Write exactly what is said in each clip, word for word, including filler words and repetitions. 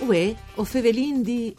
Uè, o fevelin di...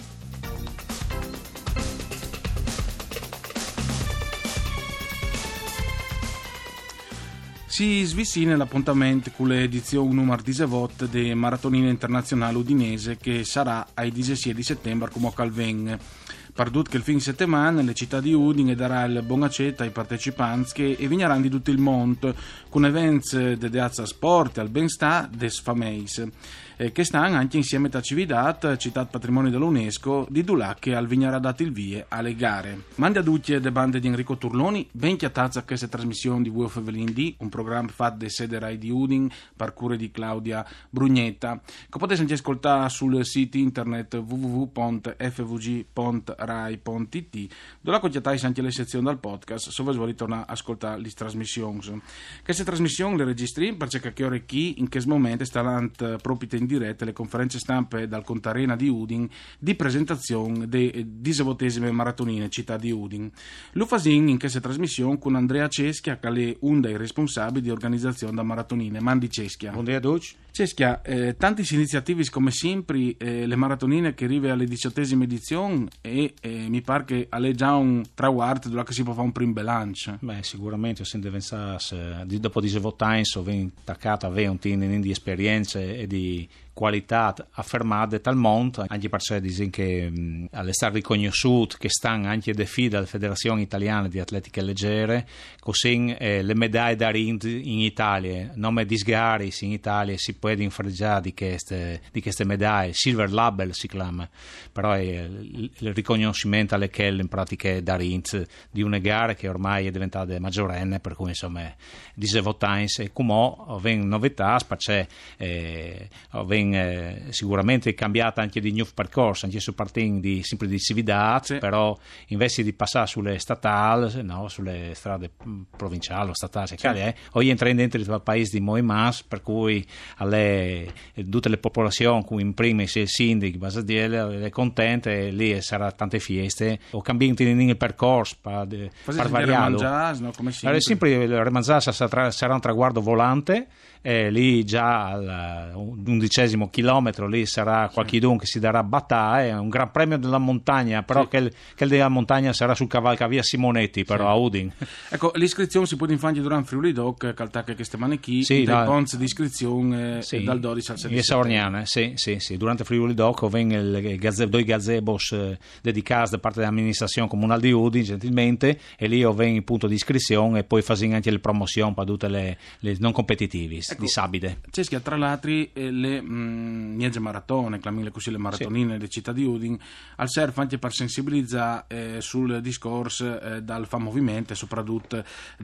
Si svicina l'appuntamento con l'edizione numero diciotto de Maratonina Internazionale Udinese che sarà ai diciassette di settembre come a Calven. Pardut che il fin settimana le città di Udine darà il buon accetto ai partecipanti che vigneranno di tutto il mondo con eventi dedicati al sport e al benestare des fameis eh, che stanno anche insieme a Cividat, città patrimonio dell'UNESCO, di Dulà che al vignera dato il vie alle gare. Mandi a tutti le bande di Enrico Turloni, ben chiatazza a questa trasmissione di V O F Velin D, un programma fatto da sede Rai di Udine, parcure di Claudia Brugnetta, che potete anche ascoltare sul sito internet w w w punto f v g punto rai punto i t, dove contattate anche le sezioni del podcast se vuoi ritornare a ascoltare le trasmissioni. Queste trasmissioni le registri perché che ore chi in che momento sta proprio in diretta le conferenze stampe dal Contarena di Udine di presentazione delle diciassettesime maratonine città di Udine. Lo fasin in questa trasmissione con Andrea Ceschia, che è uno dei responsabili di organizzazione da maratonine. Mandi Ceschia. Buongiorno a tutti. Ceschia, eh, tante iniziative come sempre, eh, le maratonine che arrivano alle diciottesime edizione e eh, mi pare che è già un traguardo dove si può fare un primo bilancio. Beh, sicuramente, se pensasse, dopo diciotto anni ho attaccato a avere un team di esperienze e di qualità affermate dal mondo, anche perché dicono che mh, all'estar riconosciuto che stanno anche de fide dalla Federazione Italiana di Atletica Leggere, così eh, le medaglie da rind in Italia, nome di sgari in Italia si può infregiare di queste, di queste medaglie, Silver Label si chiama, però è il, il riconoscimento alle che in pratica da rind di una gara che ormai è diventata maggiorenne, per cui insomma diciotto anni e come ho novità perché eh, ho Eh, sicuramente cambiata anche di nuovo percorso, anche su partendo di sempre di civiltà, sì. Però invece di passare sulle statali, no, sulle strade provinciali o statali, sì. eh, oggi entrando dentro il paese di Moimas, per cui alle, tutte le popolazioni, come in prima il sindaco, Basadiele, è contenta e lì sarà tante feste, o cambiando il percorso per, per variarlo. No, come allora, sempre il Remanzas sarà, sarà un traguardo volante, eh, lì già all'undicesimo chilometro lì sarà qualchidun che si darà battaglia, è un gran premio della montagna, però sì. che, che della montagna sarà sul cavalcavia Simonetti, però sì. A Udine. Ecco, l'iscrizione si può infatti durante Friuli Doc, caltacche che stemane chi, sì, dai no. ponzi di iscrizione sì. dal dodici al sedici settembre. Sì, sì, sì, durante Friuli Doc vengono i gaze- due gazebos eh, dedicati da parte dell'amministrazione comunale di Udine, gentilmente, e lì vengono il punto di iscrizione e poi fanno anche le promozioni per tutte le, le non competitivi, ecco, di Sabide. C'è che tra l'altro eh, le niente maratone, clamile così le maratonine sì. Le città di Udine, al serve anche per sensibilizzare eh, sul discorso eh, dal fa movimento e soprattutto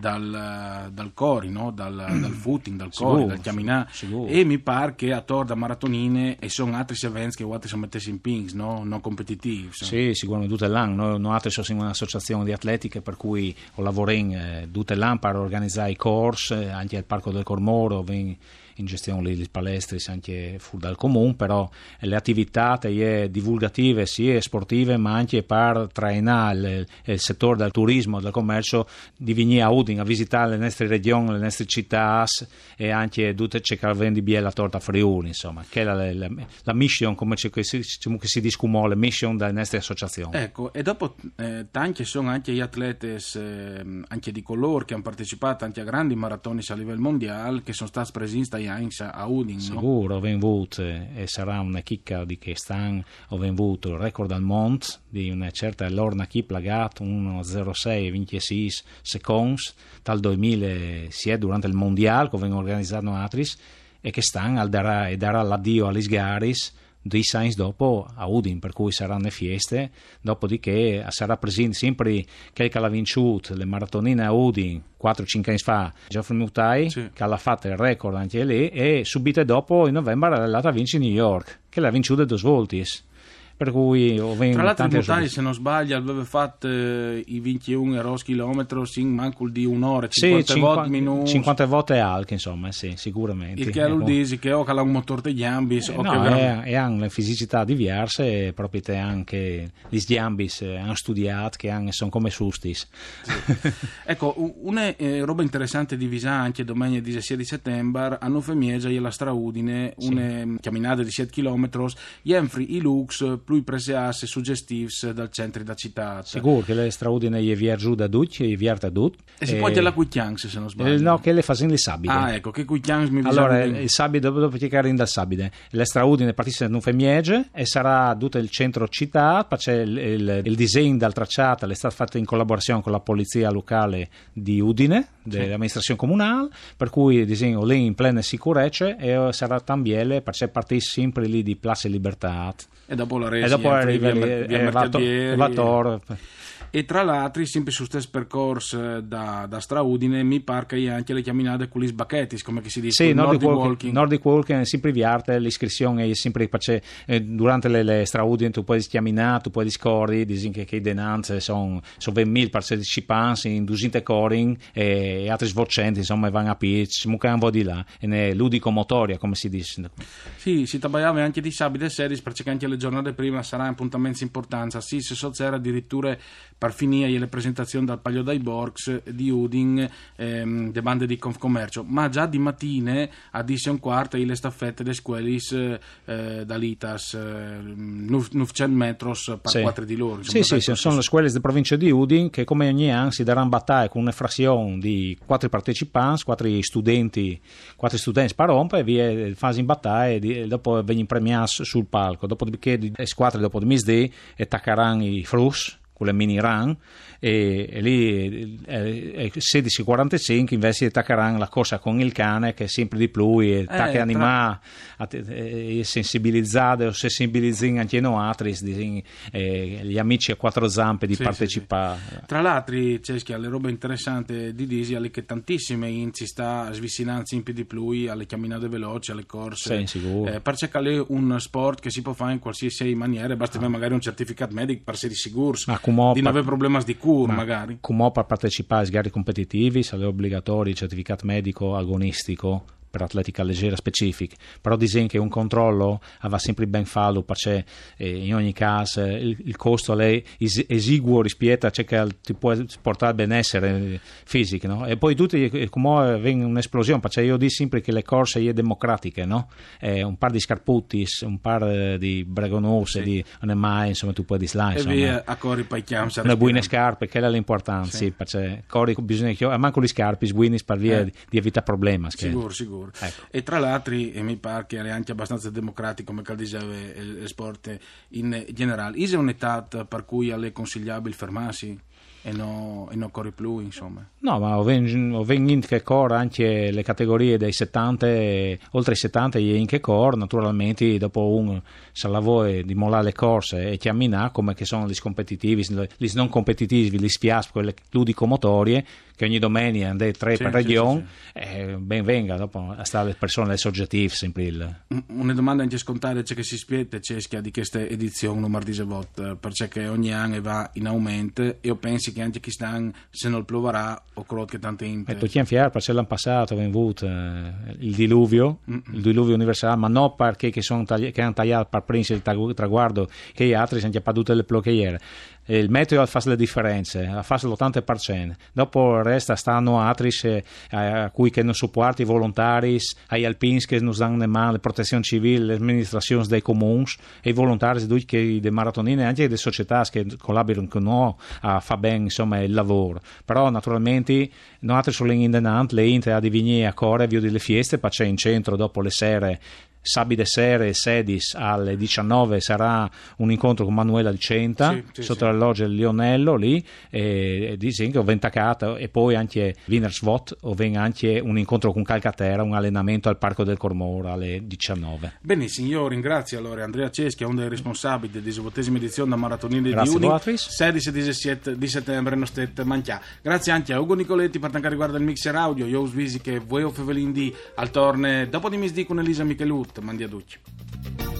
dal, dal cori, no? dal, dal footing, dal cori, sicuro, dal camminare e mi pare che attorno a maratonine e sono altri eventi che altri sono messi in pings, no? Non competitivi. So. Sì, sicuramente tutte l'anno, noi, noi altri siamo un'associazione di atletica per cui ho lavorato eh, tutte l'anno per organizzare i corsi, eh, anche al Parco del Cormoro, ven, in gestione delle palestre anche fuori dal comune, però le attività divulgative sia sportive ma anche per trainare il, il settore del turismo, del commercio, di venire a Udine a visitare le nostre regioni, le nostre città e anche tutte cercare di biella torta Friuli, insomma, che è la, la, la mission, come ci, si, che si discumò, la mission delle nostre associazioni. Ecco, e dopo eh, tanti sono anche gli atleti eh, anche di colore che hanno partecipato anche a grandi maratoni a livello mondiale che sono stati presenti a Udine, sicuro, no? ho venuto e sarà una chicca di che stanno, ho venuto il record al mondo di una certa Lorna Kiplagat uno zero sei ventisei secondi dal duemila sia durante il mondiale che vengono organizzato a Atris e che stanno al darà, e darà l'addio alle garis dei Sainz dopo a Udine, per cui saranno feste, dopodiché sarà presente sempre che l'ha vinto le maratonine a Udine quattro cinque anni fa, Geoffrey Mutai, sì. Che l'ha fatto il record anche lì, e subito dopo in novembre l'ha vinto a New York, che l'ha vinto due svolti. per cui tra l'altro i Mutai, se non sbaglio, aveva fatto eh, i ventuno euro chilometri in mancul di un'ora, cinquanta sì, volte minuti, cinquanta volte alche, insomma, sì, sicuramente. Il che vuol dire che o che ha un motore degli ambis eh, o no, che veramente... e hanno le fisicità diverse, proprio te anche gli ambis hanno studiato che hanno, sono come sustis. Sì. Ecco, una eh, roba interessante di Visa anche domenica diciassette di settembre a Nufemiesa e la Straudine, sì. Una camminata di sette chilometri, Jenfri i lux più preseasse suggestivs dal centro da città. Sicuro che le Straudine gli vier giù da Duc, gli vier da Duc. E si può dire la Cucchianx, se non sbaglio. Eh, no, che le fasin le sabide. Ah, ecco, che Cucchianx mi allora, bisogna... il sabide, dopo chiacchiare in dal sabide, le Straudine partisse da Nufemiege e sarà tutto il centro città, c'è il, il, il disegno dal tracciato, è stato fatto in collaborazione con la polizia locale di Udine, dell'amministrazione comunale, per cui il disegno lì in plena sicurezza e sarà tambiele, perché partisse sempre lì di Place Libertà. E dopo la resa, e dopo arriva il Vator. E tra l'altro, sempre su stesso percorso da, da Straudine, mi pare che anche le camminate con gli sbacchetti, come che si dice, sì, Nordic, Nordic Walking. Nordic Walking è sempre viarte, l'iscrizione è sempre perché eh, durante le, le Straudine tu puoi camminare, tu puoi scorrere, dicono che, che i denanze sono sono mille partecipanti in duecento coring e altri svocenti, insomma, vanno a pitch, mucca un po' di là, e ne ludico motoria, come si dice. Sì, si tagliava anche di sabato e series, perché anche le giornate prima sarà un appuntamento di importanza, sì, se so c'era addirittura per finire le presentazioni dal Palio dai Borgs di Udin, ehm, de bande di Confcommercio, ma già di mattine a Dision Quarta le staffette de scuelis eh, dall'Itas eh, novecento metros per sì. quattro di loro. Insomma, sì, sì, sì, sono le scuole della provincia di Udin che come ogni anno si daranno battaglia con una frazione di quattro partecipanti, quattro studenti, quattro studenti per rompe e via fase in battaglia e dopo vengono premiati sul palco, dopodiché le squadre dopo di misdì e taccaranno i frus con le mini run e, e lì è sedici e quarantacinque invece attaccheranno la corsa con il cane che è sempre di più e attacca eh, animali e sensibilizzare o sensibilizzare anche noi altri eh, gli amici a quattro zampe di sì, partecipare sì, sì. Tra l'altro c'è che alle robe interessanti di Disi alle che tantissime in si sta svicinanza in più di più alle camminate veloci, alle corse sì, sicuro. Eh, perché è un sport che si può fare in qualsiasi maniera, basta ah. magari un certificato medico per essere sicuri di non avere problemi di cura magari. Come per partecipare a gare competitivi sarebbe obbligatorio il certificato medico agonistico per atletica leggera specifica, però disegno che un controllo va sempre ben fatto perché eh, in ogni caso il, il costo è esiguo rispetto a ciò che ti può portare al benessere fisico, no? E poi tutti come viene un'esplosione perché io dico sempre che le corse sono democratiche, no? Eh, un par di scarputtis, un par di bregonose, sì. di non è mai, insomma tu puoi dislare, e via a corri poi chiam una buone scarpe, che è l'importanza, sì. Sì, perché corri bisogna che manco le scarpe buoni per via eh. di, di evitare problemi, sicuro, sicuro. Ecco. E tra l'altro e mi pare che è anche abbastanza democratico come diceva il sport in generale. È un'età per cui è consigliabile fermarsi e non no corri più, insomma? No, ma ho venuto che corre anche le categorie dei settanta, oltre i settanta e in che corre, naturalmente dopo un se lavora di mollare le corse e camminare come che sono gli competitivi, gli non competitivi, gli spiaspi, quelle ludico-motorie che ogni domenica andate tre sì, per regione, sì, sì, sì. eh, ben venga dopo a stare le persone le soggettive sempre il... Una domanda anche scontata c'è che si spiega c'è di questa edizione numero diciotto perché ogni anno va in aumento e io penso che anche quest'anno se non pioverà o credo che tante inte e tu tieni fiero perché l'anno passato abbiamo avuto eh, il diluvio Mm-mm. il diluvio universale ma non perché che, sono tagli- che hanno tagliato per prendere il traguardo che gli altri sono già padute le plocchiere. Il meteo fa le differenze, fa l'ottanta per cento. Dopo resta stanno altri eh, a cui che non supportano i volontari, agli alpini che non danno le mani, la protezione civile, le amministrazioni dei comuni e i volontari che dei maratonine e anche delle società che collaborano con noi a fare bene insomma il lavoro. Però naturalmente noi altri sono in denant, le intre a divenire a corre via delle fieste, perché in centro dopo le sere sabato sera sedis alle diciannove sarà un incontro con Manuela Di Centa sì, sì, sotto sì. l'alloggio del Lionello lì e, e dice che ho ventacato e poi anche Wienerswot o venga anche un incontro con Calcaterra, un allenamento al Parco del Cormoro alle diciannove. Benissimo, io ringrazio allora Andrea Ceschi, uno dei responsabili della diciottesima edizione da Maratonine di Udine sedici e diciassette di settembre non state manchià. Grazie anche a Ugo Nicoletti per quanto riguarda il mixer audio, io us visi che voi o Fevelin di al torne dopo di misdì con Elisa Michelut. Mandi a tutti.